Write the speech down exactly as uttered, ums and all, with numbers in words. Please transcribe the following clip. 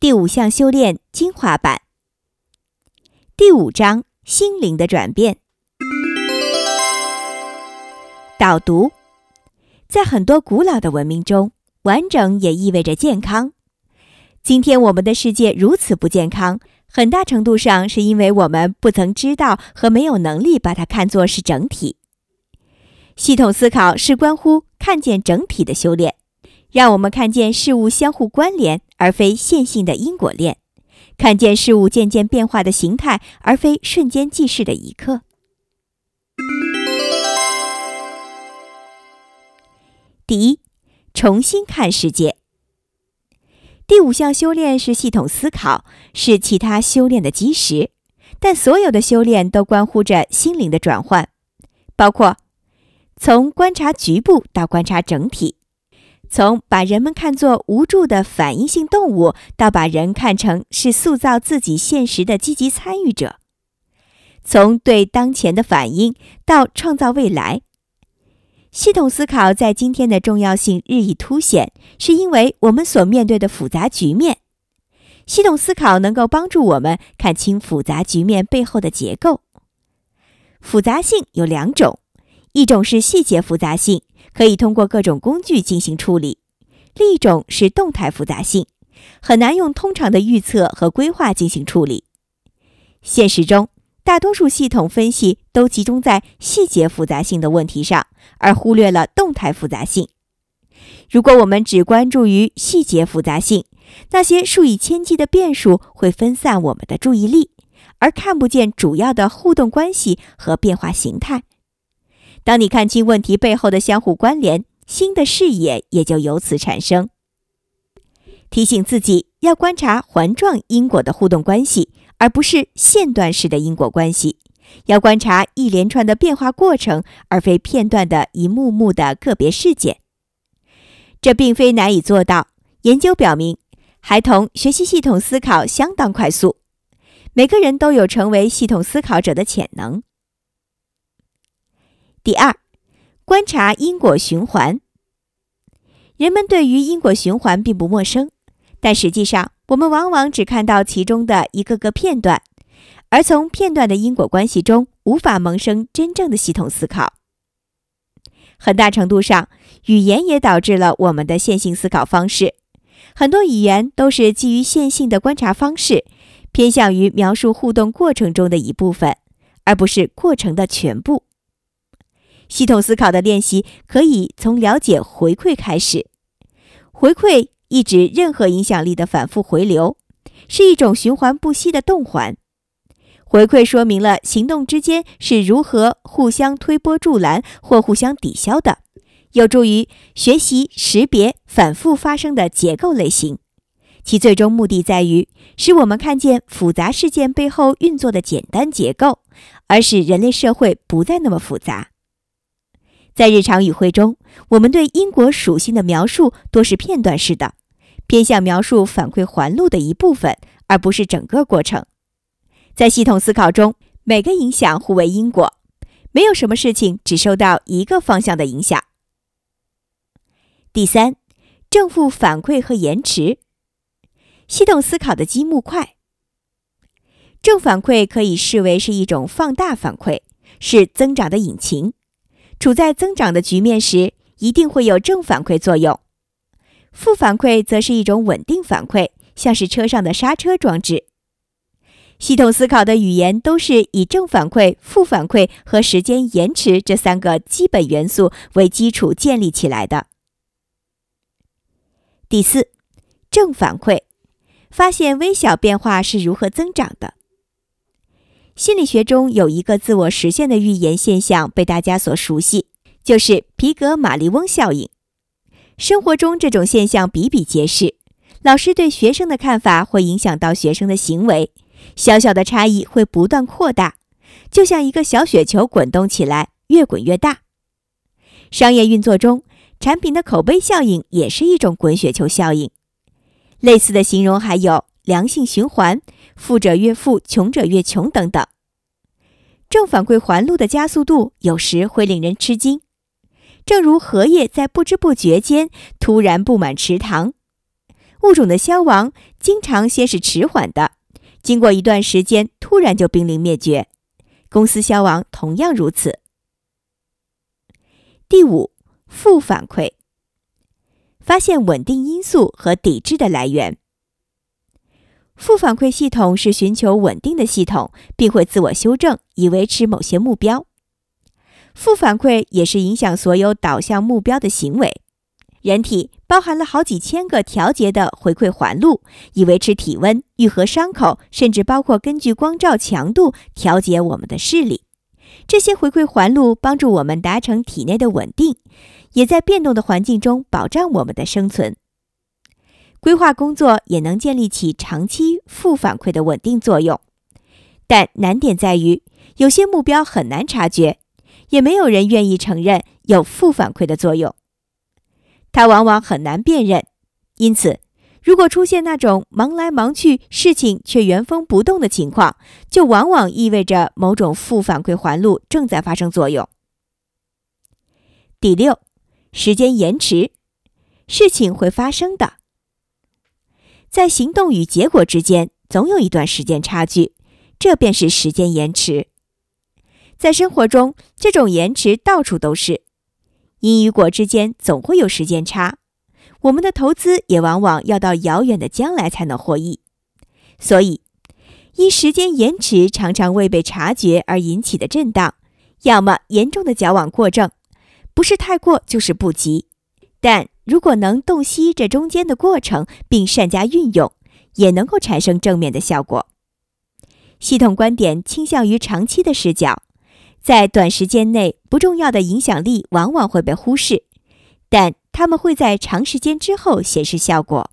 第五项修炼精华版。第五章心灵的转变。导读：在很多古老的文明中，完整也意味着健康。今天我们的世界如此不健康，很大程度上是因为我们不曾知道和没有能力把它看作是整体。系统思考是关乎看见整体的修炼，让我们看见事物相互关联，而非线性的因果链，看见事物渐渐变化的形态，而非瞬间即逝的一刻。第一，重新看世界。第五项修炼是系统思考，是其他修炼的基石，但所有的修炼都关乎着心灵的转换，包括从观察局部到观察整体，从把人们看作无助的反应性动物，到把人看成是塑造自己现实的积极参与者，从对当前的反应到创造未来。系统思考在今天的重要性日益凸显，是因为我们所面对的复杂局面。系统思考能够帮助我们看清复杂局面背后的结构。复杂性有两种，一种是细节复杂性，可以通过各种工具进行处理；另一种是动态复杂性，很难用通常的预测和规划进行处理。现实中，大多数系统分析都集中在细节复杂性的问题上，而忽略了动态复杂性。如果我们只关注于细节复杂性，那些数以千计的变数会分散我们的注意力，而看不见主要的互动关系和变化形态。当你看清问题背后的相互关联，新的视野也就由此产生。提醒自己要观察环状因果的互动关系，而不是线段式的因果关系，要观察一连串的变化过程，而非片段的一幕幕的个别事件。这并非难以做到，研究表明，孩童学习系统思考相当快速，每个人都有成为系统思考者的潜能。第二，观察因果循环。人们对于因果循环并不陌生，但实际上我们往往只看到其中的一个个片段，而从片段的因果关系中无法萌生真正的系统思考。很大程度上，语言也导致了我们的线性思考方式。很多语言都是基于线性的观察方式，偏向于描述互动过程中的一部分，而不是过程的全部。系统思考的练习可以从了解回馈开始。回馈意指任何影响力的反复回流，是一种循环不息的动环。回馈说明了行动之间是如何互相推波助澜或互相抵消的，有助于学习识别反复发生的结构类型。其最终目的在于使我们看见复杂事件背后运作的简单结构，而使人类社会不再那么复杂。在日常语汇中，我们对因果属性的描述多是片段式的，偏向描述反馈环路的一部分，而不是整个过程。在系统思考中，每个影响互为因果，没有什么事情只受到一个方向的影响。第三，正负反馈和延迟。系统思考的积木块。正反馈可以视为是一种放大反馈，是增长的引擎。处在增长的局面时，一定会有正反馈作用。负反馈则是一种稳定反馈，像是车上的刹车装置。系统思考的语言都是以正反馈、负反馈和时间延迟这三个基本元素为基础建立起来的。第四，正反馈，发现微小变化是如何增长的。心理学中有一个自我实现的预言现象被大家所熟悉，就是皮格马利翁效应。生活中这种现象比比皆是，老师对学生的看法会影响到学生的行为，小小的差异会不断扩大，就像一个小雪球滚动起来，越滚越大。商业运作中，产品的口碑效应也是一种滚雪球效应。类似的形容还有良性循环、富者越富，穷者越穷等等。正反馈环路的加速度有时会令人吃惊，正如荷叶在不知不觉间突然布满池塘。 物种的消亡经常先是迟缓的，经过一段时间突然就濒临灭绝。公司消亡同样如此。第五，负反馈，发现稳定因素和抵制的来源。负反馈系统是寻求稳定的系统，并会自我修正，以维持某些目标。负反馈也是影响所有导向目标的行为。人体包含了好几千个调节的回馈环路，以维持体温、愈合伤口，甚至包括根据光照强度调节我们的视力。这些回馈环路帮助我们达成体内的稳定，也在变动的环境中保障我们的生存。规划工作也能建立起长期负反馈的稳定作用，但难点在于，有些目标很难察觉，也没有人愿意承认有负反馈的作用。它往往很难辨认，因此，如果出现那种忙来忙去，事情却原封不动的情况，就往往意味着某种负反馈环路正在发生作用。第六，时间延迟，事情会发生的。在行动与结果之间，总有一段时间差距，这便是时间延迟。在生活中，这种延迟到处都是。因与果之间总会有时间差，我们的投资也往往要到遥远的将来才能获益。所以，因时间延迟常常未被察觉而引起的震荡，要么严重的矫枉过正，不是太过就是不及。但如果能洞悉这中间的过程，并善加运用，也能够产生正面的效果。系统观点倾向于长期的视角，在短时间内不重要的影响力往往会被忽视，但它们会在长时间之后显示效果。